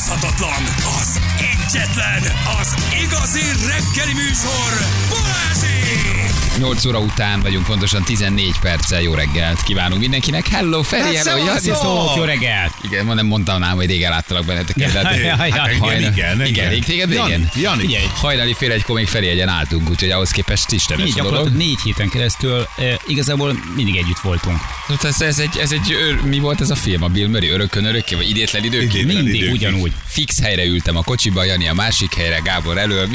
utánozhatatlan, az egyetlen, az igazi reggeli műsor, Balázsék! 8 óra után vagyunk, pontosan 14 perccel. Jó reggelt kívánunk mindenkinek. Hello, Feri, hello, Jani. Jó reggelt. Igen, nem mondtam már, hogy régen láttalak benneteket. Igen, téged régen. Jani. Hajnali fél egykor még Feri álltunk, úgyhogy ahhoz képest istenes dolog. Gyakorlatilag 4 héten keresztül igazából mindig együtt voltunk. Mi volt ez a film? A Bill Murray Örökön örökké, vagy idétlen időkig? Mindig ugyanúgy. Fix helyre ültem a kocsiba, Jani a másik helyre, Gábor elől.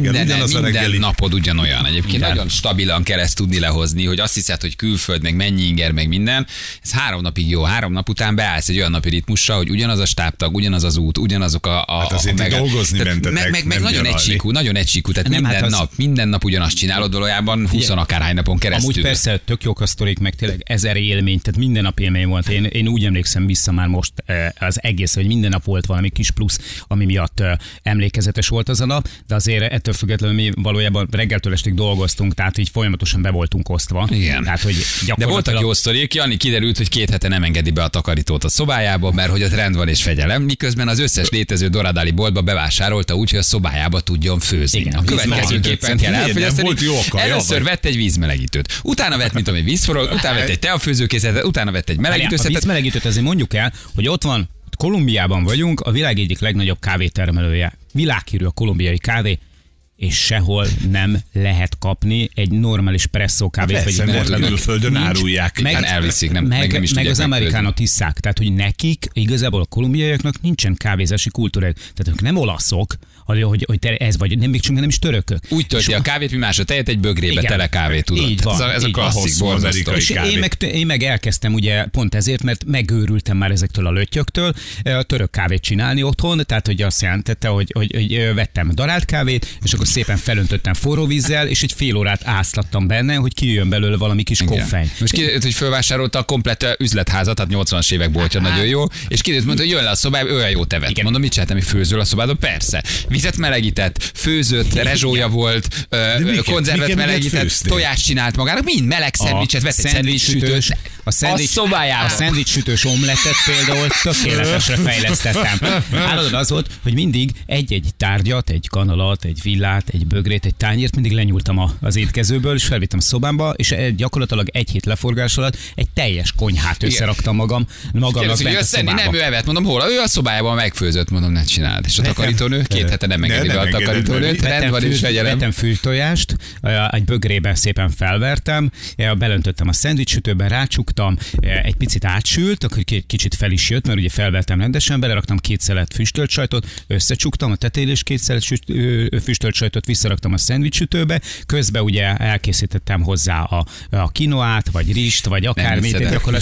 Minden napod ugyanolyan. Egyébként nagyon stabilan kell ezt tudni lehozni, hogy azt hiszed, hogy külföld, meg mennyi inger, meg minden. Ez 3 napig jó, 3 nap után beállsz egy olyan napi ritmusra, hogy ugyanaz a stábtag, ugyanaz az út, ugyanazok Hát azért dolgozni mentetek, meg nagyon egysíkú, tehát minden nap ugyanazt csinálod valójában 20 akárhány napon keresztül. Amúgy persze tök jók a sztorik, meg tényleg 1000 élmény, tehát minden nap élmény volt. Én úgy emlékszem vissza már most az egész, hogy minden nap volt valami kis plusz, ami miatt emlékezetes volt az a nap, de azért ettől függetlenül mi valójában reggeltől estig dolgoztunk, tehát így folyamatosan be voltunk osztva. Igen. Tehát, hogy de voltak jó sztorik, Jani, kiderült, hogy 2 hete nem engedi be a takarítót a szobájába, mert hogy ott rend van és fegyelem, miközben az összes létező doradáli boltba bevásárolta úgy, hogy a szobájába tudjon főzni. Igen, a következőképpen kell elfogyasztani. Először vett egy vízmelegítőt, utána vett, mint tudom, egy vízforró, utána vett egy teafőzőkészletet, utána vett egy melegítőszetet. A vízmelegítőt azért mondjuk el, hogy ott van, Kolumbiában vagyunk, a világ egyik legnagyobb kávétermelője. Világhírű a kolumbiai kávé, és sehol nem lehet kapni egy normális presszó kávét. Persze, mert külföldön árulják. Elviszik, nem is meg az amerikánot isszák. Tehát, hogy nekik, igazából a kolumbiaiaknak nincsen kávézási kultúra. Tehát ők nem olaszok, hogy te ez vagy, nem, még csak nem is törökök. Úgy tölti a kávét, mi más a tejet, egy bögrébe tele kávét, tudod. Így van, ez a klasszik borzasztó. Én meg elkezdtem ugye pont ezért, mert megőrültem már ezektől a löttyöktől a török kávét csinálni otthon, tehát hogy azt jelentette, hogy vettem darált kávét, és akkor szépen felöntöttem forró vízzel, és egy fél órát áztattam benne, hogy kijöjjön belőle valami kis koffein. Most kiderült, hogy fölvásárolta a komplett üzletházat, tehát 80-as évek boltja, nagyon jó, és kiderült, mondta, hogy jön le a szobába, olyan jó tevet. Igen. Mondom, mit csináltam, hogy főzöl a szobádon? Persze. Vizet melegített, főzött, rezsója volt, konzervet melegített, tojást csinált magának, mind meleg szendvicset, vett egy szendvicssütős. A szendvicssütős omlettet például tökéletesre fejlesztettem. Állandóan az volt, hogy mindig egy-egy tárgyat, egy kanalat, egy villát, egy bögrét, egy tányért mindig lenyúltam az étkezőből, és felvittem szobámba, és gyakorlatilag 1 hét leforgás alatt egy teljes konyhát összeraktam magamnak bent a szobába. Nem ő evett, mondom, hol? Ő a szobájában megfőzött, mondom, ne csináld. És a takarítónő 2 hete nem engedi be a takarítónőt, rend van és fegyelem. Vettem fűtojást, egy bögrébe szépen felvertem, belöntöttem a szendvicssütőben, rácsuktam, egy picit átsült, akkor kicsit fel is jött, mert ugye felvertem rendesen, beleraktam 2 szelet füstölt sajtot, összecsuktam a tetején, és 2 szelet füstölt sajtot visszaraktam a szendvicssütőbe, közben ugye elkészítettem hozzá a kinoát, vagy rist, vagy akármit.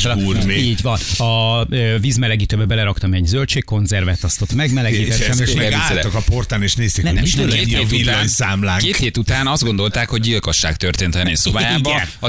Így van. A vízmelegítőbe beleraktam egy zöldségkonzervet, azt ott megmelegítettem. És meg álltak a portán, és nézték, hogy mit ennyi a villanyszámlánk. 2 hét után azt gondolták, hogy gyilkosság történt a Jani szobájában. A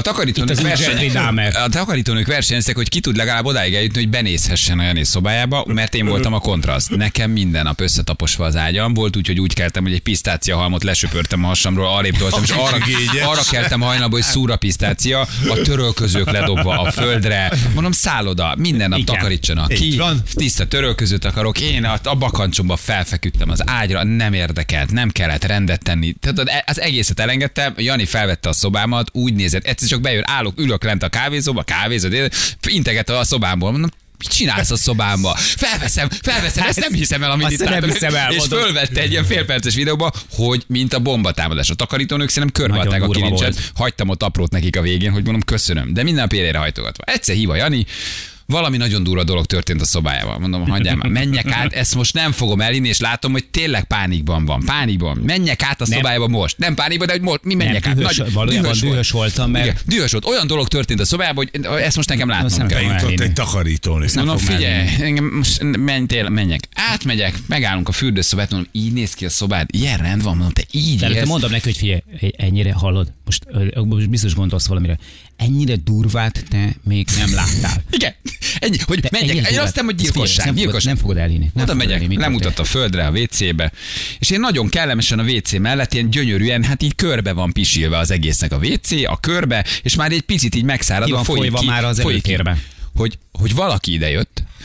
takarítónők versenyeztek, hogy ki tud legalább odáig eljutni, hogy benézhessen a Jani szobájába, mert én voltam a kontraszt. Nekem minden nap összetaposva az ágyam. Volt úgy keltem, hogy egy pisztáciahalmot lesöpörtem a hasamról, arrébb toltam, és arra keltem hajnalba, hogy szúr a pisztácia, a törölközők ledobva a földre. Mondom, szálloda, minden nap takarítsanak ki. Tiszta törölközőt akarok. Én a bakancsomba felfeküdtem az ágyra, nem érdekelt, nem kellett rendet tenni. Tehát az egészet elengedtem, Jani felvette a szobámat, úgy nézett, egyszer csak bejön, ülök lent a kávézóba, integette a szobámból, mondom, mit csinálsz a szobámba? Felveszem, ezt nem hiszem el, amit itt látom. És fölvette egy ilyen félperces videóba, hogy mint a bombatámadás. A takarítónők szerintem körbeadták a kilincset, hagytam ott aprót nekik a végén, hogy mondom, köszönöm. De minden nap élére hajtogatva. Egyszer hív a Jani, valami nagyon durva dolog történt a szobájában. Mondom, hagyjál már, menjek át, ezt most nem fogom elinni, és látom, hogy tényleg pánikban van. Pánikban. Menjek át a szobájába most. Nem pánikban, de hogy most, mi menjek át. Valójában dühös voltam, mert... Igen, dühös volt. Olyan dolog történt a szobájában, hogy ezt most nekem látnom kell. Bejutott egy takarítónő. Mondom, figyelj, menjek. Átmegyek, megállunk a fürdőszobát, mondom, így néz ki a szobád, ilyen rend van, mondom, te így érsz. Mondom neki, hogy figyelj, ennyire hallod, most biztos gondolsz valamire. Ennyire durvát te még nem láttál. Igen. Ennyi, hogy menjek. Én azt hiszem, hogy gyilkosság. Nem fogod elhinni. Oda megyek, lemutatta a földre, a WC-be, és én nagyon kellemesen a WC mellett ilyen gyönyörűen, hát így körbe van pisilve az egésznek a WC, a körbe, és már egy picit így megszárad, folyik ki. Már az előtérben. Hogy valaki idejött,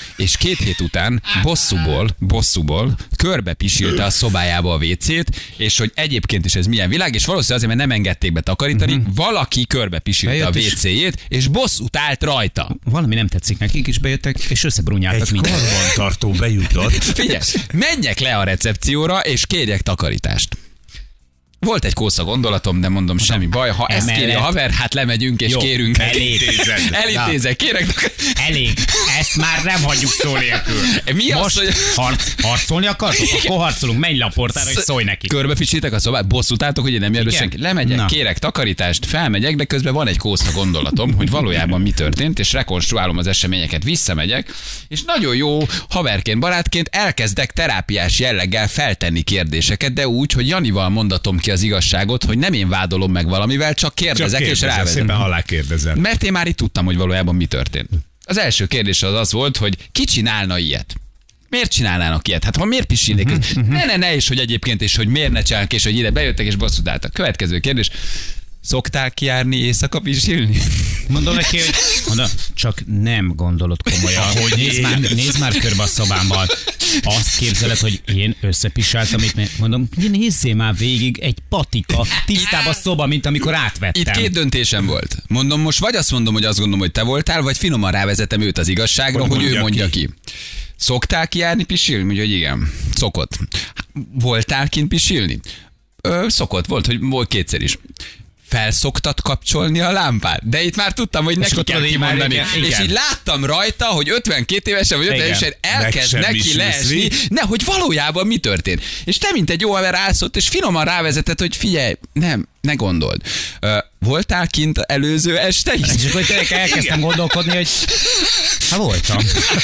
és 2 hét után bosszúból körbe pisilte a szobájába a WC-t, és hogy egyébként is ez milyen világ, és valószínűleg azért, mert nem engedték be takarítani, valaki körbe pisilte a WC-jét, és bosszút állt rajta. Valami nem tetszik nekik, is bejöttek, és összebrúnyáltak Egy mindent. karbantartó bejutott. Figyelj, menjek le a recepcióra, és kérjek takarítást. Volt egy kósza gondolatom, de mondom, semmi baj. Ha ezt kéri a haver, hát lemegyünk és Jó, kérünk. elintézek. Kérek. Elég, ezt már nem hagyjuk szó nélkül. Mi az, Most hogy... harcolni akartok? Akkor harcolunk, menj le a portára, és szólj neki. Körbepisítek a szobát, bosszút álltok, hogy én nem jelöl senki. Lemegyek, kérek takarítást, felmegyek, de közben van egy kósza gondolatom, hogy valójában mi történt, és rekonstruálom az eseményeket, visszamegyek, és nagyon jó haverként, barátként elkezdek terápiás jelleggel feltenni kérdéseket, de úgy, hogy Janival mondatom ki az igazságot, hogy nem én vádolom meg valamivel, csak kérdezek és rávezem. Szépen alá kérdezem. Mert én már itt tudtam, hogy valójában mi történt. Az első kérdés az volt, hogy ki csinálna ilyet? Miért csinálnának ilyet? Hát ha miért pisilnék? Ne, és hogy egyébként, és hogy miért ne csinálnak, és hogy ide bejöttek, és bosszút álltak. Következő kérdés. Szokták járni éjszaka pisilni? Mondom neki, hogy csak nem gondolod komolyan, hogy nézd már körbe a szobámban. Azt képzeled, hogy én összepisáltam itt, mondom, nézzél már végig egy patika, tisztább a szoba, mint amikor átvettem. Itt 2 döntésem volt. Mondom, most vagy azt mondom, hogy azt gondolom, hogy te voltál, vagy finoman rávezetem őt az igazságra, hogy ő mondja ki. Szoktál járni pisilni? Úgyhogy igen, szokott. Voltál kint pisilni? Szokott, volt 2-szer is. Felszoktad kapcsolni a lámpát? De itt már tudtam, hogy neki kell kimondani. És így láttam rajta, hogy 52 évesen vagy 50 évesen elkezd neki leesni, hogy valójában mi történt. És te, mint egy jó haver állsz ott, és finoman rávezetett, hogy figyelj, ne gondold. Voltál kint előző este is? És akkor elkezdtem gondolkodni, hogy voltam.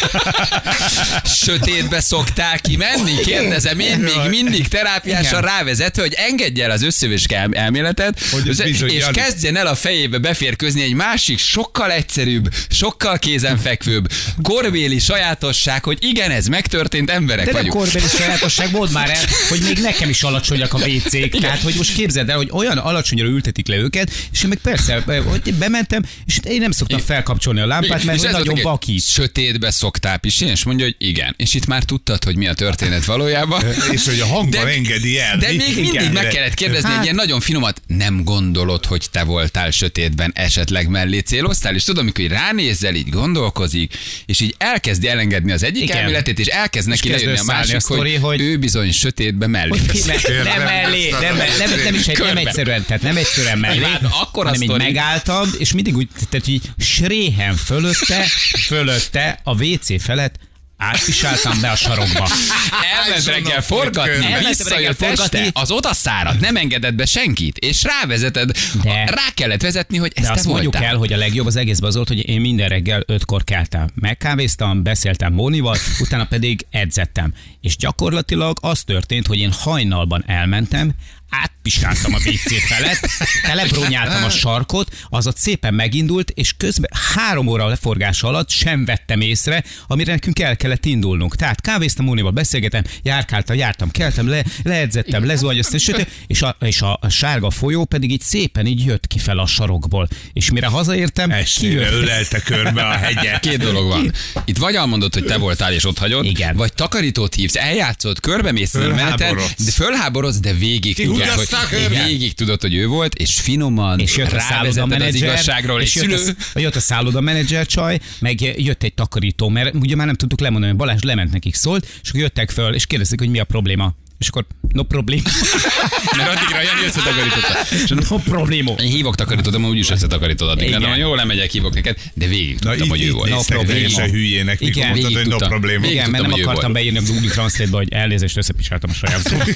Sötétbe szoktál kimenni? Kérdezem én még mindig terápiásan rávezetve, hogy engedj el az összövés elméletet, és kezdjen el a fejébe beférkőzni egy másik, sokkal egyszerűbb, sokkal kézenfekvőbb, korbéli sajátosság, hogy igen, ez megtörtént, emberek vagyunk. De korbéli sajátosság volt már el, hogy még nekem is alacsonyak a WC-k. Tehát, hogy most képzeld el, hogy olyan alacsonyra ültetik le őket, és én meg persze, hogy bementem, és én nem szoktam felkapcsolni a lámpát, mert hogy nagyon vakít. Sötétbe szoktál pisilni, és mondja, hogy igen. És itt már tudtad, hogy mi a történet valójában. És hogy a hangban engedi el. De még mindig meg kellett kérdezni egy ilyen nagyon finomat. Nem gondolod, hogy te voltál sötétben, esetleg mellé céloztál? És tudom, amikor ránézzel, így gondolkozik, és így elkezdi elengedni az egyik elméletét, és elkezd neki lejönni a másik, hogy ő bizony sötétbe mellé. Nem mellé, nem egyszerűen, tehát nem egyszerűen mellé, hanem így megálltam, és mindig úgy, tehát így sréhen fölötte a WC felett átpisáltam be a sarokba. Elment reggel forgatni, visszajött este, az odaszáradt, nem engedett be senkit, és rávezeted, rá kellett vezetni, hogy ezt te azt voltál. mondjuk el, hogy a legjobb az egészben az volt, hogy én minden reggel 5-kor keltem. Megkávéztam, beszéltem Mónival, utána pedig edzettem. És gyakorlatilag az történt, hogy én hajnalban elmentem, átpisáltam a WC felett, telebrónyáltam a sarkot, az ott szépen megindult, és közben 3 óra leforgása alatt sem vettem észre, amire nekünk el kellett indulnunk. Tehát kávéztam, Mónival beszélgetem, jártam, keltem, leedzettem, lezuhanyoztam, és a sárga folyó pedig így szépen így jött ki fel a sarokból. És mire hazaértem, estére ölelte körbe a hegyet. 2 dolog van. Itt vagy elmondod, hogy te voltál és ott hagyod, igen. Vagy takarítót hívsz, eljátszod, körbemész a meneten, de fölháborodsz, de végig tudod, hogy ő volt, és finoman és jött rávezetted az igazságról, és jött a szálloda menedzser csaj, meg jött egy takarító, mert ugye már nem tudtuk lemondani, hogy Balázs lement nekik szólt, és akkor jöttek föl, és kérdezték, hogy mi a probléma. És akkor no problém. Mert addigra Jani összetakarította. No problémo. Én hívok takarítót, de úgyis összetakarítod addig. De jól lemegyek, hívok neked, de végig tudtam, hogy ő volt. No problémo. Hülyének, mikor mondtad, hogy no problémo. Igen, mert nem akartam beírni a Google Translate-ba, hogy elnézést, összepisáltam a saját szót.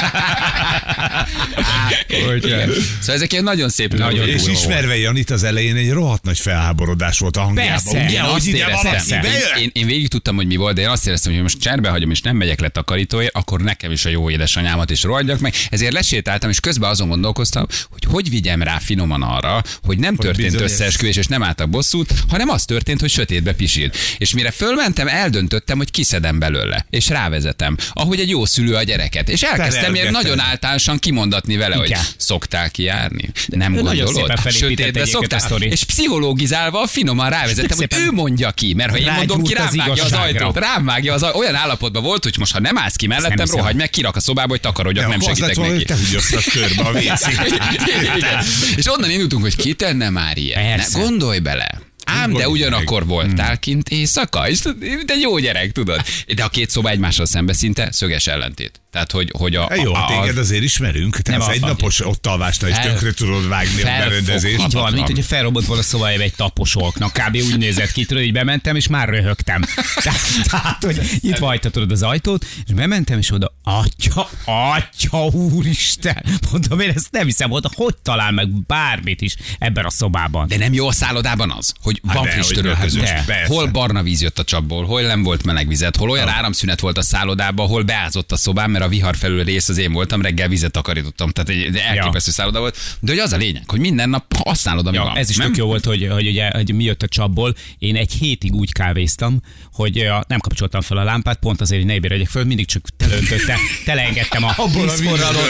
Szóval ezek ilyen nagyon szép. Nagyon és ismerve Janit az elején egy rohadt nagy felháborodás volt a hangjában. Én végig tudtam, hogy mi volt, de én azt éreztem, hogy most cserbe hagyom, és nem megyek le takarítóért, akkor nekem is a jó édesanyámat, és rohadjak meg. Ezért lesétáltam, és közben azon gondolkoztam, hogy vigyem rá finoman arra, hogy nem történt összeesküvés, és nem álltak bosszút, hanem az történt, hogy sötétbe pisil. És mire fölmentem, eldöntöttem, hogy kiszedem belőle, és rávezetem, ahogy egy jó szülő a gyereket. És elkezdtem ilyen nagyon általánosan kimondatni vele, hogy szoktál kijárni. Nem gondolod? Sötétbe szoktál. És pszichológizálva finoman rávezettem, hogy ő mondja ki, mert ha én mondom ki, rám vágja az ajtót. Rám vágja az ajtót. Olyan állapotban volt, hogy most ha nem állsz ki mellettem, rohagy meg, kirak a szobába, hogy takarodjak, nem segítek neki. Te úgy osztasz körbe a vécét. És onnan indultunk, hogy ki tenne már ilyen. Ne gondolj bele. Ám, de ugyanakkor voltál kint éjszaka, és te jó gyerek, tudod. De a két szoba egymással szembe szinte szöges ellentét. Tehát, hogy jó, téged azért ismerünk. Te az egynapos ott alvásnál is tönkre tudod vágni a berendezést. Így van, mint hogy felrobbant volna a szobájába egy taposolknak. Kb. Úgy nézett ki, tudod, így bementem, és már röhögtem. Tehát, hogy itt vajtatod az ajtót, és bementem, és oda, atya, úristen. Mondom, én ezt nem hiszem, oda hogy talál meg bármit is ebben a szobában. De nem jó a szállodában az, hogy van friss törölközős. Hol barna víz jött a csapból, hol nem volt meleg vizet, hol olyan áramszünet volt a szállodában, hol beázott a szobám, mert a vihar felül rész az én voltam, reggel vizet takarítottam, tehát egy elképesztő szálloda volt. De hogy az a lényeg, hogy minden nap használod, ami van. Ez is tök jó volt, hogy mi jött a csapból. Én egy hétig úgy kávéztam, hogy nem kapcsoltam fel a lámpát, pont azért, hogy ne ébredjek föl, mindig csak teleengedtem a vízforralót,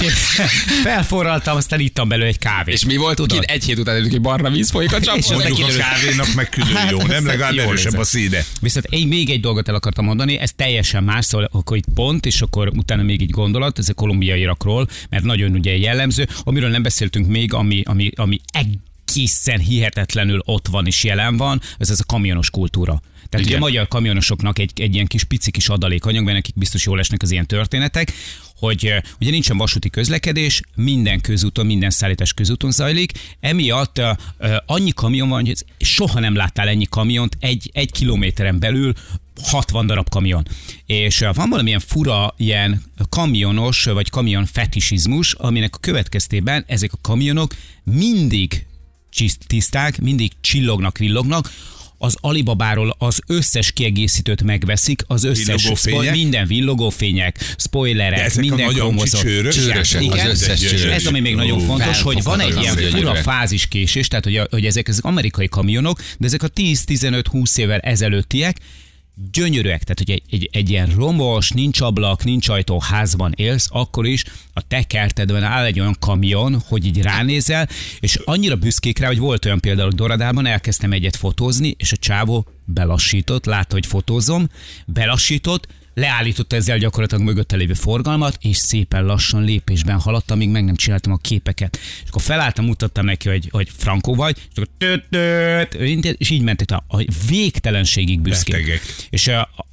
felforraltam, aztán ittam belőle egy kávét. És mi volt? Tudod? Egy hét után hogy barna víz folyik a csapból. Mondjuk a kávénak meg külön jó, nem legalább erősebb a színe. Viszont én még egy dolgot el akartam mondani, ez teljesen más, szóval akkor itt pont, és akkor utána még egy gondolat, ez a kolumbiai Irakról, mert nagyon ugye jellemző, amiről nem beszéltünk még, ami egészen hihetetlenül ott van és jelen van, ez a kamionos kultúra. Tehát ugye a magyar kamionosoknak egy ilyen kis pici kis adalékanyag, mert nekik biztos jól esnek az ilyen történetek, hogy ugye nincsen vasúti közlekedés, minden közúton, minden szállítás közúton zajlik, emiatt annyi kamion van, hogy soha nem láttál ennyi kamiont egy kilométeren belül, 60 darab kamion. És van valamilyen fura ilyen kamionos, vagy kamion fetisizmus, aminek a következtében ezek a kamionok mindig tiszták, mindig csillognak, villognak, az Alibabáról az összes kiegészítőt megveszik, az összes minden villogófények, spoilerek, minden kromozott. Csőrösek, az összes csőrös. Ez ami még nagyon fontos, hogy van egy ilyen fura fáziskésés, tehát hogy ezek amerikai kamionok, de ezek a 10-15-20 évvel ezelőttiek, gyönyörűek, tehát hogy egy ilyen romos, nincs ablak, nincs ajtó házban élsz, akkor is a te kertedben áll egy olyan kamion, hogy így ránézel, és annyira büszkék rá, hogy volt olyan például Doradában, elkezdtem egyet fotózni, és a csávó belassított, látta, hogy fotózom, belassított, leállította ezzel gyakorlatilag mögötte lévő forgalmat, és szépen lassan lépésben haladtam, amíg meg nem csináltam a képeket. És akkor felálltam, mutattam neki, hogy frankó vagy, és akkor és így mentek a végtelenségig büszkék. És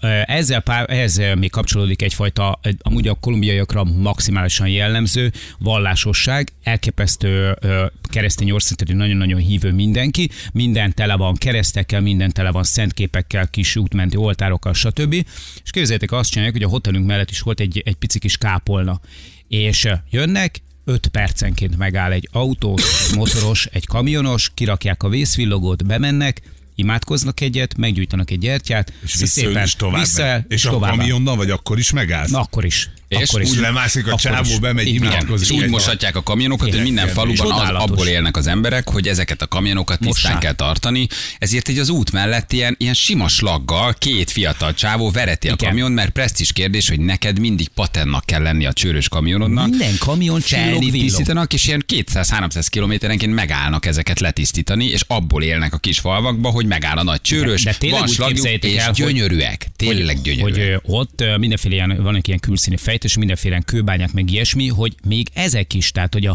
ehhez még kapcsolódik egyfajta, amúgy a kolumbiaiakra maximálisan jellemző vallásosság, elképesztő keresztény ország, tehát nagyon-nagyon hívő mindenki, minden tele van keresztekkel, minden tele van szentképekkel, kis útmenti oltárokkal, stb. És képzeljétek, azt csinálják, hogy a hotelünk mellett is volt egy pici kis kápolna. És jönnek, 5 percenként megáll egy autós, egy motoros, egy kamionos, kirakják a vészvillogót, bemennek, imádkoznak egyet, meggyújtanak egy gyertyát, és vissza is tovább. És a kamionnal vagy akkor is megállsz? Na, akkor is. És úgy lemászik a csávó, bemegy, imádkozik. És úgy mosatják a kamionokat, hogy minden faluban abból élnek az emberek, hogy ezeket a kamionokat tisztán kell tartani. Ezért így az út mellett ilyen sima slaggal 2 fiatal csávó vereti a kamion, mert presztízs kérdés, hogy neked mindig patennak kell lenni a csőrös kamionodnak. Minden kamion tisztítanak, és ilyen 200-300 kilométerenként megállnak ezeket letisztítani, és abból élnek a kis falvakba, hogy megáll a nagy csőrös, van slagjuk, és gyönyörűek. Tényleg gyönyörűek. Hogy ott mindenféle vannak ilyen külszíni és mindenféle kőbányák, meg ilyesmi, hogy még ezek is, tehát hogy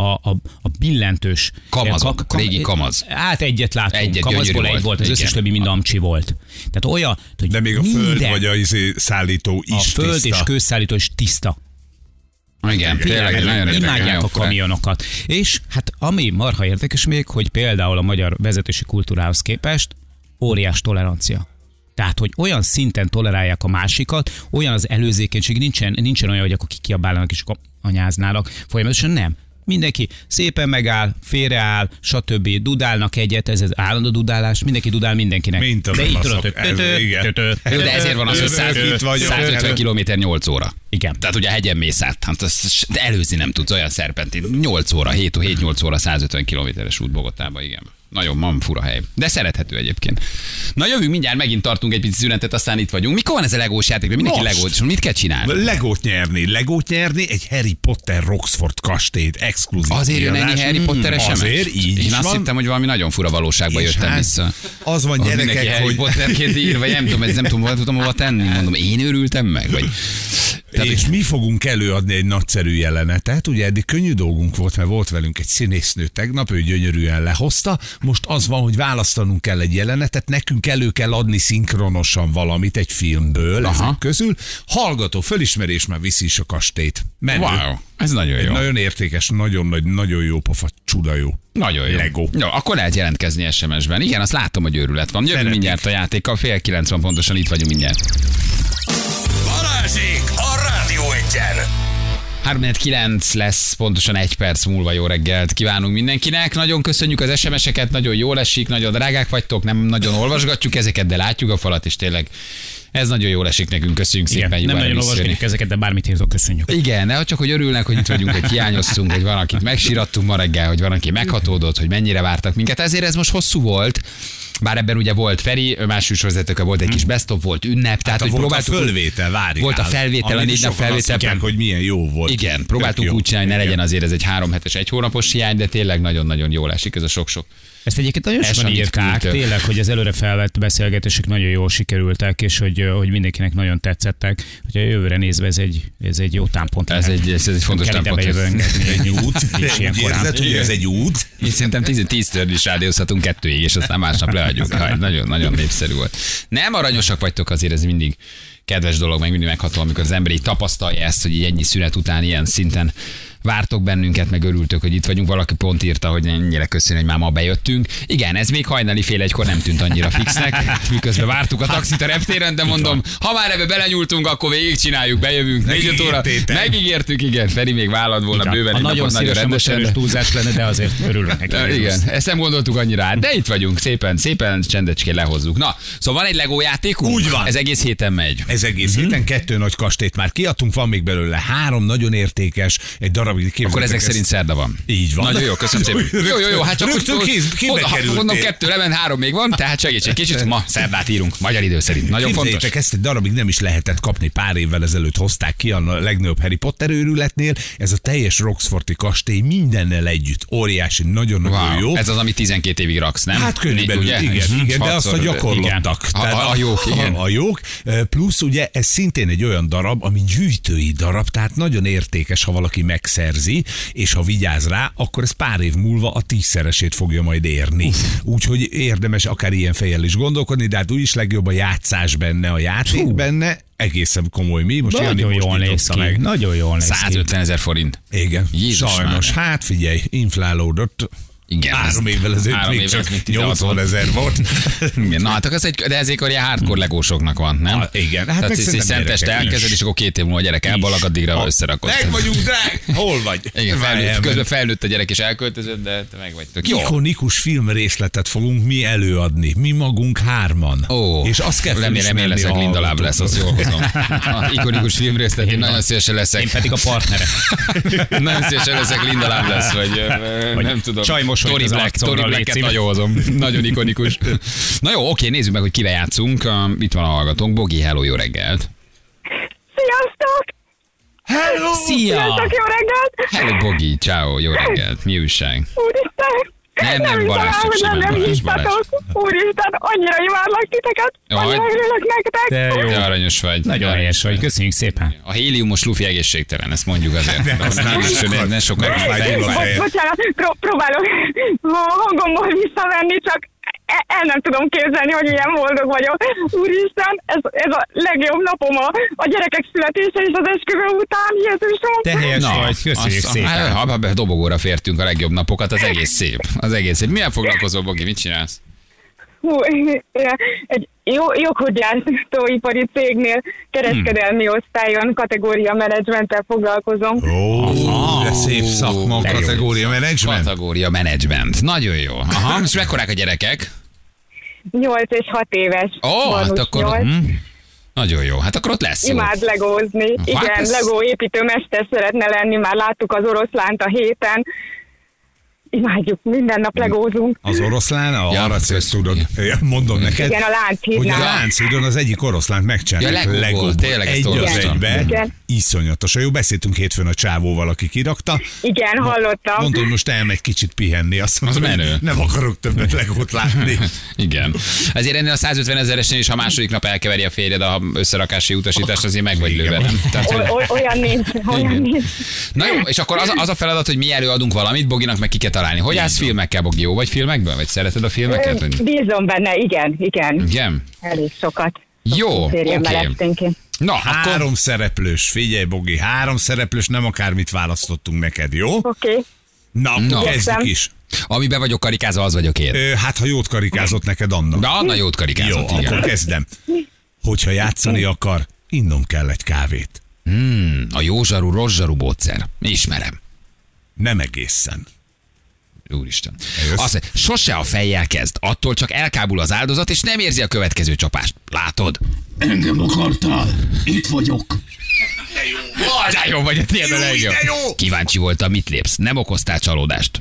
a billentős kamazok, régi kamaz. Hát egyet láttunk, kamazból egy volt, az összes többi mind amcsi volt. Tehát olyan, hogy de még a föld vagy a szállító is tiszta. A föld és kőszállító is tiszta. Igen, tényleg nagyon imádják a kamionokat. És hát ami marha érdekes még, hogy például a magyar vezetési kultúrához képest óriás tolerancia. Tehát, hogy olyan szinten tolerálják a másikat, olyan az előzékenység, nincsen olyan, hogy akkor kikiabálnak és anyáznának. Folyamatosan nem. mindenki szépen megáll, félreáll, stb. Dudálnak egyet, ez az állandó dudálás, mindenki dudál mindenkinek. Mint a de így tudod, Jó, de ezért van az, hogy 150 km 8 óra. Igen. Tehát ugye a hegyen mész át, hát azt előzni nem tudsz, olyan szerpentin. 8 óra, 7-8 óra, 150 kilométeres út Bogotába, igen. Nagyon mam fura hely. De szerethető egyébként. Na jövünk, mindjárt megint tartunk egy picit szünetet, aztán itt vagyunk. Mikor van ez a legós játék? Mindenki legót, és mit kell csinálni? Legót nyerni, egy Harry Potter Roxford kastélyt exkluzív. Azért jön ennyi Harry Potter SMS? Azért, így Én is azt van. hittem, hogy valami nagyon fura valóságba jöttem hát vissza. Az van, gyerekek, Harry hogy... Potterként ír, vagy nem tudom hova tenni. Mondom, én őrültem meg? Vagy... És mi fogunk előadni egy nagyszerű jelenetet. Ugye eddig könnyű dolgunk volt, mert volt velünk egy színésznő tegnap, ő gyönyörűen lehozta. Most az van, hogy választanunk kell egy jelenetet, nekünk elő kell adni szinkronosan valamit egy filmből ezek közül. Hallgató, fölismerés, már viszi is a kastélyt. Menő. Wow, ez nagyon jó. Nagyon értékes, nagyon nagy, nagyon jó pofa, csuda jó. Nagyon jó. Lego. Jó, akkor lehet jelentkezni SMS-ben. Igen, azt látom, hogy őrület van. Jövünk mindjárt a játékkal, 8:30 pontosan itt vagyunk mindjárt. Balázsék a Rádió Egyen! 3:09 lesz, pontosan 1 perc múlva. Jó reggelt kívánunk mindenkinek. Nagyon köszönjük az SMS-eket, nagyon jól esik, nagyon drágák vagytok, nem nagyon olvasgatjuk ezeket, de látjuk a falat, és tényleg ez nagyon jól esik nekünk, köszönjük Igen, szépen. nem nagyon olvasgatjuk ezeket, de bármit írtok, köszönjük. Igen, de csak hogy örülnek, hogy itt vagyunk, hogy hiányoztunk, hogy van, akit megsirattunk ma reggel, hogy van, aki meghatódott, hogy mennyire vártak minket. Ezért ez most hosszú volt. Bár ebben ugye volt Feri, más műsorvezetőkkel volt egy kis best-of, volt ünnep, tehát hogy volt próbáltuk, a fölvétel, várjál. volt a felvétel, a 4 nap felvétel, hogy milyen jó volt. Igen, próbáltunk úgy csinálni, hogy ne legyen azért ez egy 3 hetes, 1 hónapos hiány, de tényleg nagyon-nagyon jól esik ez a sok-sok. Ezt egyébként nagyon sokan írták, tényleg, hogy az előre felvett beszélgetések nagyon jól sikerültek, és hogy mindenkinek nagyon tetszettek. Hogy a jövőre nézve ez egy jó támpont. Ez egy fontos támpont. Egy út. Ez egy út. Én szerintem 10-től is rádiózhatunk 2-ig, és aztán másnap leadjuk. Nagyon népszerű volt. Nem aranyosak vagytok, azért ez mindig kedves dolog, meg mindig megható, amikor az ember így tapasztalja ezt, hogy így ennyi szünet után ilyen szinten vártok bennünket, meg örültök, hogy itt vagyunk. Valaki pont írta, hogy ennyire köszönöm, hogy már ma bejöttünk. Igen, ez még hajnali fél egykor nem tűnt annyira fixnek, miközben vártuk a taxit a reptéren, de mondom, ha már ebbe belenyúltunk, akkor végigcsináljuk, bejövünk. 4 óra. Megígértük, igen. Feri még vállalt volna bőven. Nagyon rendesen túlzás lenne, de azért örülök neki. Igen, ezt nem gondoltuk annyira át, de itt vagyunk, szépen csendecskén lehozzuk. Na, szóval van egy Lego játékunk? Úgy van. Ez egész héten megy. Ez egész héten 2 nagy kastélyt már kiadtunk, van még belőle 3 nagyon értékes, egy darabig. Akkor ezek szerint szerda van. Így van. Nagyon jó, köszönöm szépen. Jó, hát csak mondom 2 lement, 3 még van, tehát segítség kicsit. Ma szerdát írunk, magyar idő szerint. Nagyon fontos. Ezt egy darabig nem is lehetett kapni, pár évvel ezelőtt hozták ki a legnagyobb Harry Potter őrületnél. Ez a teljes Roxforti kastély mindennel együtt. Óriási, nagyon jó. Ez az, ami 12 évig raksz, nem? Hát körülbelül, igen, de azt a gyakorlottak. A jók. Plusz ugye ez szintén egy olyan darab, ami gyűjtői darab, tehát nagyon értékes, ha valaki megszerzi, és ha vigyáz rá, akkor ez pár év múlva a 10-szeresét fogja majd érni. Úgyhogy érdemes akár ilyen fejjel is gondolkodni, de hát úgyis legjobb a játszás benne, a játék benne. Egészen komoly mi. Most nagyon jól néz ki. Meg. Nagyon jól néz ki. 150 000 forint. Igen. Jézus sajnos. már. Hát figyelj, inflálódott. Igen, 3 évvel ezelőtt még csak 80 000 volt. Igen, na hát de ezek ilyen hardcore legósoknak van, nem? Igen. Hát tehát szenteste elkezded, és akkor 2 év múlva a gyerek elbalag, addigra összerakod. Meg vagyunk, drág! Hol vagy? Igen, közben felnőtt a gyerek és elköltözött, de te meg vagytok. Jó. Ikonikus filmrészletet fogunk mi előadni. Mi magunk 3-an. És azt kell remélem leszek, Linda Láb lesz, azt jól hozom. Ikonikus filmrészlet, én nagyon szívesen leszek. Én pedig a partnerem. Nagyon szívesen leszek, Linda Láb lesz, vagy nem tudom. Tori Black-et nagyon hozom. Nagyon ikonikus. Na jó, oké, nézzük meg, hogy kivel játszunk. Itt van a hallgatónk. Bogi, hello, jó reggelt. Sziasztok! Hello! Szia! Sziasztok, jó reggelt! Hello, Bogi, ciao, jó reggelt. Mi újság? Úristen! Nem, Balázs, csak simán Balázs. Úristen, annyira imádlak titeket. Annyira örülök nektek. De jó. Te aranyos vagy. Nagyon helyes vagy. Köszönjük szépen. A héliumos lufi egészségtelen, ezt mondjuk azért. Ne sokáig fejlődj. Bocsánat, próbálok hangomból visszavenni, csak el nem tudom képzelni, hogy ilyen boldog vagyok. Úristen, ez a legjobb napom a gyerekek születése és az esküvő után. Jézusom! Te helyes vagy, köszönjük szépen. Ha dobogóra fértünk a legjobb napokat, az egész szép. Az egész szép. Milyen foglalkozol, Bogi? Mit csinálsz? egy joggyártóipari cégnél kereskedelmi osztályon kategória menedzsmenttel foglalkozom. De szép szakma, kategória menedzsment. Kategória menedzsment. Nagyon jó. Aha, és mekkorák a gyerekek? 8 és 6 éves. Hát akkor... Nagyon jó, hát akkor ott lesz jó. Imád legózni. Igen, Legó építőmester szeretne lenni, már láttuk az oroszlánt a héten. Imádjuk, minden nap legózunk. Az oroszlán, arra tudod, mondom neked. Igen, a Lánchídnál. Hogy a Lánchídon az egyik oroszlánt megcsinálják Legóból. Tényleg egy az egyben. Iszonyatosan jó. Beszéltünk hétfőn a csávóval, aki kirakta. Igen, hallottam. Mondta, hogy most elmegy kicsit pihenni. Azt mondta, az menő. Nem akarok többet Legót látni. Igen. Ezért ennél a 150 000-esen is, ha második nap elkeveri a férjed a összerakási utasítást, azért meg vagy lőve, nem? Olyan nincs. Na jó, és akkor az a feladat, hogy mi előadunk valamit, Boginak meg ki kell találni. Hogy állsz filmekkel, Bogi? Jó vagy filmekből? Vagy szereted a filmeket? Bízom benne, igen. Igen? Elég sokat. Jó, oké. Na, 3 szereplős, figyelj Bogi, 3 szereplős, nem akármit választottunk neked, jó? Oké. Na, kezdjük is. Amiben vagyok karikázva, az vagyok én. Hát, ha jót karikázott neked, Anna. De Anna jót karikázott, jó, igen. Akkor kezdem. Hogyha játszani akar, innom kell egy kávét. A jó zsaru, rossz zsaru módszer. Ismerem. Nem egészen. Úristen. Azt, sose a fejjel kezd, attól csak elkábul az áldozat, és nem érzi a következő csapást. Látod? Engem akartál, itt vagyok. De jó vagy, tényleg legjobb. Kíváncsi voltam, mit lépsz. Nem okoztál csalódást.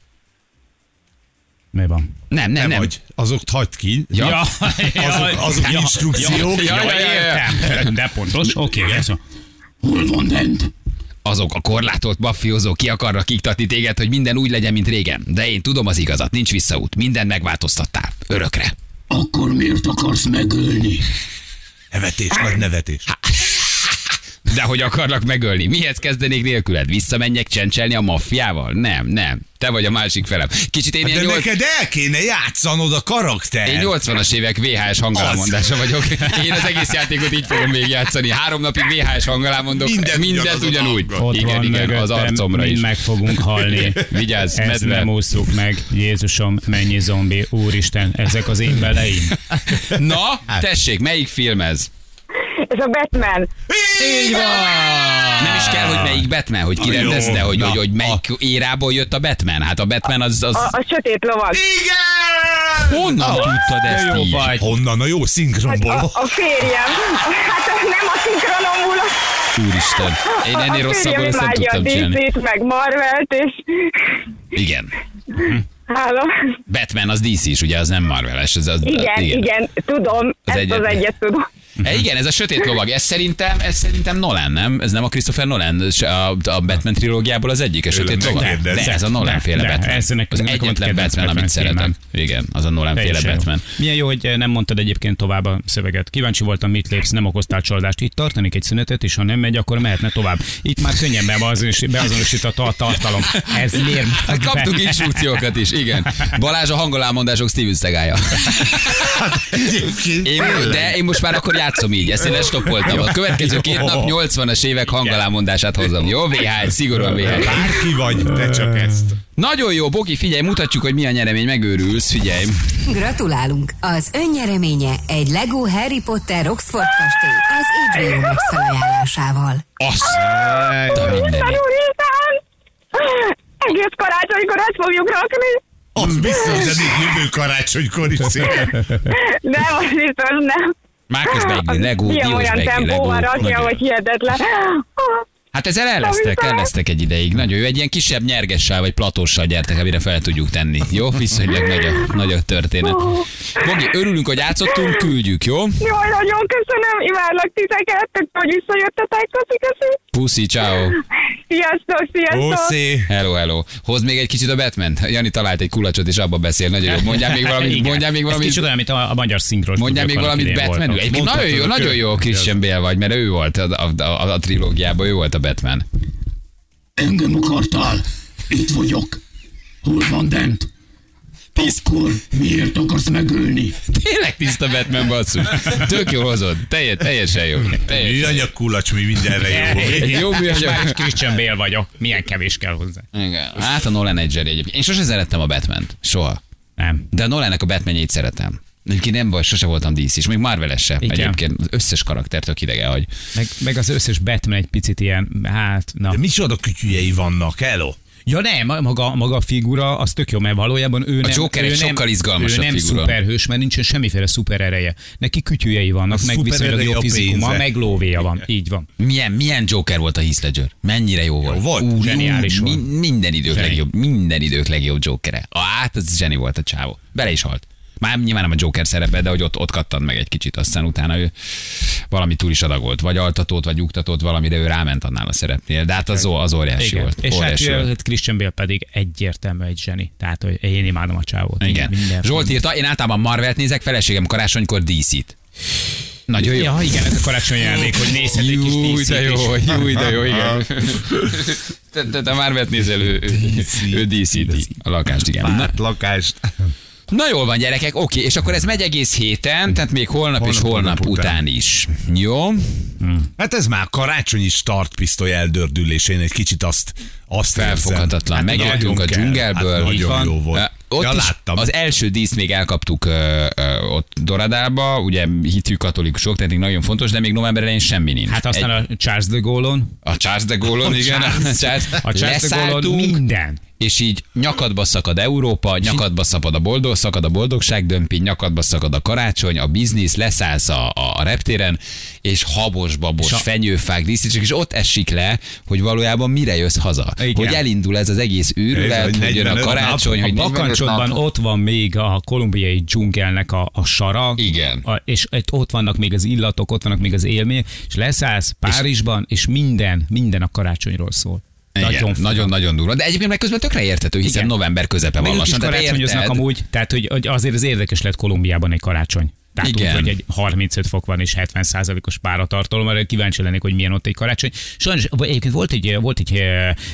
Mi van? Nem. Vagy. Azok hagyd ki. Ja. Azok instrukciók. Értem. De pontos. Oké. Hol van Dent? Azok a korlátolt maffiózók ki akarnak iktatni téged, hogy minden úgy legyen, mint régen. De én tudom az igazat, nincs visszaút. Mindent megváltoztattál. Örökre. Akkor miért akarsz megölni? Nevetés, nagy nevetés. De hogy akarlak megölni? Mihez kezdenék nélküled? Visszamenjek csencselni a maffiával? Nem. Te vagy a másik felem. Kicsit én de neked el kéne játszanod a karakter. Én 80-as évek VHS hangalámondása vagyok. Én az egész játékot így fogom végigjátszani. 3 napig VHS hangalámondok. Mindent ugyanúgy. Igen, az arcomra is. Meg fogunk halni. Vigyázz, ezt nem ússzuk meg. Jézusom, mennyi zombi. Úristen, ezek az én beleim. Na, tessék, melyik film ez? Ez a Batman. Így van! Nem is kell, hogy melyik Batman, hogy kirendezte, hogy melyik érából jött a Batman. Hát a Batman az... A sötét lovag. Igen! Honnan tudtad ezt így? Honnan? A jó szinkronból. Hát a férjem. Hát nem a szinkronomból. Úristen. Én ennél rosszabbul ezt nem tudtam csinálni. A DC-t, meg Marvelt, és... Igen. Háló. Batman az DC is, ugye, az nem Marvel-es. Igen, tudom. Ezt az egyet tudom. Igen, ez a sötét lovag, ez szerintem Nolan, nem? Ez nem a Christopher Nolan, a Batman trilógiából az egyik, a sötét lovag. De ez a Nolan-féle Batman. Az egyetlen Batman, amit szeretek. Igen, az a Nolan-féle Batman. Milyen jó, hogy nem mondtad egyébként tovább a szöveget. Kíváncsi voltam, mit lépsz, nem okoztál csalódást. Itt tartanék egy szünetet, és ha nem megy, akkor mehetne tovább. Itt már könnyen beazonosítható a tartalom. Ez miért? Kaptunk instrukciókat is, igen. Balázs a hangolámondások Steven Seagalja. De én most már akkor játszom így, ezt én lestoppoltam. A következő 2 nap 80-as évek hangalámondását hozom. Jó, VH1, szigorúan VH1. Bárki vagy, te csak ezt. Nagyon jó, Bogi, figyelj, mutatjuk, hogy mi a nyeremény, megőrülsz, figyelj. Gratulálunk! Az önnyereménye egy Lego Harry Potter Oxford kastély az HBO Max felajánlásával. Azt a mindenit. Egész karácsonykor ezt fogjuk rakni. Az biztos, de még jövő karácsonykor is szépen. Nem, az biztos nem. Márkusz Beigli, Lego, Diós Beigli, Lego. Tempóval rakja, hogy hihetetlen. Hát ezzel ellesztek egy ideig. Nagyon jó, egy ilyen kisebb nyergessel vagy platóssal gyertek, amire fel tudjuk tenni. Jó? Viszonylag nagy a történet. Bogi, örülünk, hogy játszottunk, küldjük, jó? Jaj, nagyon köszönöm, imádlak titeket, hogy visszajöttetek, köszi. Puszi, ciao. Sziasztok. Puszi. Hello. Hozd még egy kicsit a Batman-t. Jani talált egy kulacsot, és abba beszél. Nagyon jó. Mondjál még valamit. Ez kicsit olyan, mint a magyar szinkron. Mondjál még valamit Batman. Egyébként nagyon jó Christian Bale vagy, mert ő volt a trilógiában, ő volt a Batman. Engem akartál? Itt vagyok. Hol van Dent? Akkor miért akarsz megölni? Tényleg tiszta Batman, basszus. Tök jól hozod. Teljesen jó. Műanyag kulacs, mi mindenre jó. Jó műanyag. És Christian Bale vagyok. Milyen kevés kell hozzá. Igen. Hát a Nolan egy zseri egyébként. Én sose szerettem a Batman-t. Soha. Nem. De a Nolannek a Batmanjét szeretem. Egyébként nem vagy, sose voltam DC is, még Marvel-es sem. Egyébként az összes karaktertől idege, hogy... Meg az összes Batman egy picit ilyen, hát... Na. De micsoda kütyüjei vannak, hello? Ja nem, maga a figura, az tök jó, mert valójában ő nem... A Joker egy sokkal izgalmasabb figura. Ő nem szuperhős, mert nincsen semmiféle szuperereje. Neki kütyüjei vannak, meg viszonylag jó fizikuma, meg lóvéja van. Így van. Milyen Joker volt a Heath Ledger? Mennyire jó volt? Zseniális volt. Minden idők legjobb Jokere. Hát ez zseni volt a csávó. Bele is halt. Már nyilván nem a Joker szerepe, de hogy ott kattant meg egy kicsit, aztán utána ő valami túl is adagolt, vagy altatót, vagy nyugtatót valamire, ő ráment annál a szerepnél, de hát az óriási volt. És óriási hát volt. Christian Bale pedig egyértelmű egy zseni, tehát hogy én imádom a csávót. Igen. Zsolt írta, én általában Marvelt nézek, feleségem karácsonykor DC-t. Nagyon jó. Ja, igen, ez a karácsonyi ajándék, hogy nézhet egy kis DC-t. De jó, igen. Te Marvelt nézel, ő DC-t, a lakást, igen. Lakást. Na jól van, gyerekek, oké, és akkor ez megy egész héten, tehát még holnap és holnap után is. Jó? Hát ez már karácsonyi startpisztoly eldördülésén egy kicsit azt felfoghatatlan. Megjöttünk a dzsungelből. Hát nagyon jó volt. Ott is láttam. Az első díszt még elkaptuk ott Doradába, ugye hitű katolikusok, tehát még nagyon fontos, de még november elején semmi nincs. Hát aztán a Charles de Gaulle-on. A Charles de Gaulle-on, igen. A Charles de Gaulle-on minden. És így nyakadba szakad Európa, nyakadba szakad a boldogság dömping, nyakadba szakad a karácsony, a biznisz, leszállsz a reptéren, és habos-babos fenyőfák, díszítsek, és ott esik le, hogy valójában mire jössz haza. Igen. Hogy elindul ez az egész őrület, hogy jön a karácsony, hogy Bakancsodban ott van még a kolumbiai dzsungelnek a sara. Igen. És ott vannak még az illatok, ott vannak még az élmények, és leszállsz Párizsban, és minden a karácsonyról szól. Nagyon durva. De egyébként meg közben tökre érthető, hiszen november közepe van lassan. Karácsonyoznak amúgy, tehát hogy azért az érdekes lett Kolumbiában egy karácsony. Tehát úgy, hogy egy 35 fok van és 70%-os páratartalom, arra kíváncsi lennék, hogy milyen ott egy karácsony. Sajnos egyébként volt egy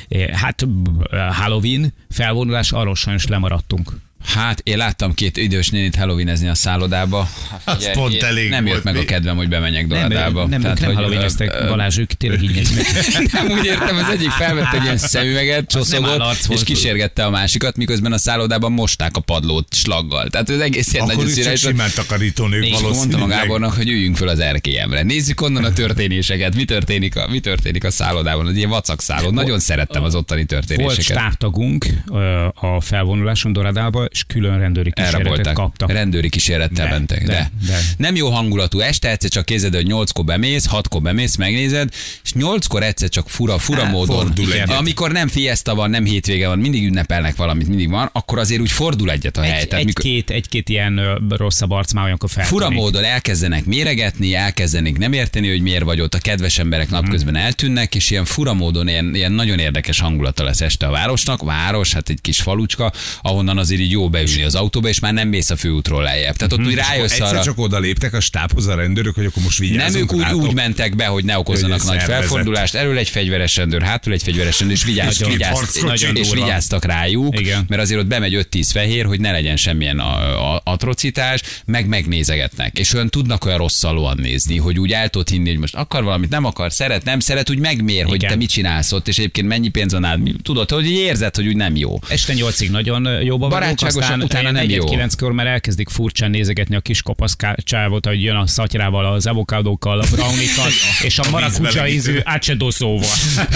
Halloween felvonulás, arról sajnos lemaradtunk. Hát én láttam 2 idős nénit Halloweenezni a szállodába. Az pont elég nem jött meg a kedvem, hogy bemegyek Doradába. Nem Halloweeneztek, Balázs, ők tényleg így néznek. Nem úgy értem, az egyik felvett egy ilyen szemüveget, csoszogott, és kísérgette a másikat, miközben a szállodában mosták a padlót slaggal. Tehát ez egész ilyen nagyon szíres. Akkor is simán takarítónők valószínűleg. És mondtam a Gábornak, hogy üljünk föl az erkélyemre. Nézzük onnan a történéseket, mi történik a szállodában. Az ilyen vacak szállod. Nagyon szerettem az ottani történéseket. Volt stábtagunk a felvonuláson Doradába, és külön rendőri kísérletet kaptak. Rendőri kísérlettel mentek. De. Nem jó hangulatú este, egyszer csak kézed, hogy 8-kor bemész, 6-kor bemész, megnézed, és 8-kor egyszer csak fura módon. Amikor nem fiesta van, nem hétvége van, mindig ünnepelnek valamit, mindig van, akkor azért úgy fordul egyet a hely. Egy-két ilyen rosszabb arc már olyankor feltűnik. Fura módon elkezdenek méregetni, elkezdenek nem érteni, hogy miért vagy ott, a kedves emberek napközben eltűnnek, és ilyen fura módon ilyen nagyon érdekes hangulata lesz este a városnak. Város, hát egy kis falucska, ahonnan azért így jó beülni az autóba, és már nem mész a főútról lejjebb. Tehát ott úgy rájössz arra. Csak oda léptek a stábhoz a rendőrök, hogy akkor most vigyázzunk. Nem, ők úgy mentek be, hogy ne okozzanak nagy felfordulást. Erről egy fegyveres rendőr, hátul egy fegyveres rendőr, és vigyáztak rájuk, igen. Mert azért ott bemegy 5-10 fehér, hogy ne legyen semmilyen atrocitás, megnézegetnek. És olyan tudnak olyan rosszalóan nézni, hogy úgy el tudod hinni, hogy most akar valamit, nem akar, nem szeret, úgy megmér, hogy te mit csinálsz ott, és egyébként mennyi pénz van nálad. Tudod, hogy érzed, hogy úgy nem jó. Este 8-ig nagyon jóba vagyok, aztán utána nem jó. 9-kor már elkezdik furcsán nézegetni a kis kopasz csávot, hogy jön a szatyrával, az avokádókkal, a brownikkal, és a marakucsa ízű ácsedószóval.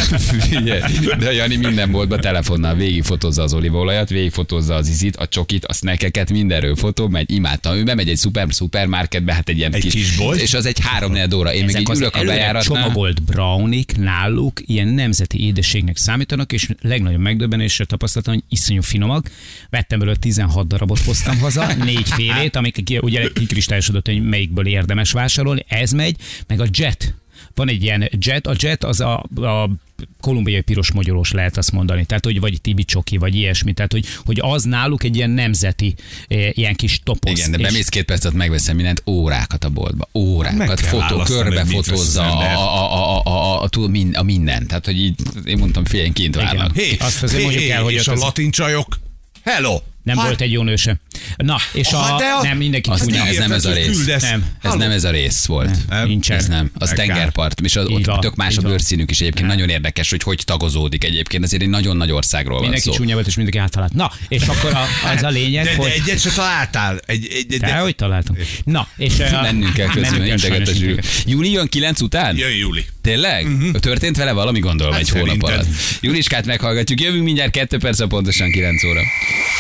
De Jani minden boltba telefonnal végigfotózza az olívaolajat, végigfotózza az izit, a csokit, a snackeket, mindenről fotó, megy, imádtam. Ő bemegy egy szupermarketbe, hát egy ilyen kis bolt, és az egy 3-4 óra. Én meg így ülök a bejáratnál. Csomagolt brownik náluk ilyen nemzeti édességnek számítanak, és legnagyobb megdöbbenésre tapasztaltam, hogy iszonyú finomak. Vettem belőle 16 darabot hoztam haza, 4 félét, amik ugye kikristályosodott, hogy melyikből érdemes vásárolni. Ez megy, meg a Jet. Van egy ilyen Jet, a Jet az a kolumbiai piros mogyorós, lehet azt mondani. Tehát, hogy vagy Tibi csoki, vagy ilyesmi. Tehát, hogy az náluk egy ilyen nemzeti, ilyen kis toposz. Igen, de bemész 2 percet, megveszem mindent, órákat a boltba. Órákat, körbefotózza a minden. Tehát, hogy így, én mondtam, féljen kint várnak. Azt azért mondjuk el, hogy és a latin csajok. Hello! Nem volt egy jó nő sem. Na, és nem mindenki csúnya. Ez nem ez a rész. Ez nem ez a rész volt. Nincsen. Ez nem. Az tengerpart. És ott tök más a bőrszínük is egyébként. Nagyon érdekes, hogy tagozódik egyébként. Ezért egy nagyon nagy országról van szó. Mindenki csúnya volt, és mindenki áttalált. Na, és akkor az a lényeg, de hogy... De egyet se találtál. Te hogy találtam? Na, és... Mennünk kell közben, integet a Júli jön 9 után? Jön Júli. Tényleg? Történt vele valami, gondolom, egy hónap alatt. Júliskát meghallgatjuk. Jövünk mindjárt 2 perc, pontosan 9 óra.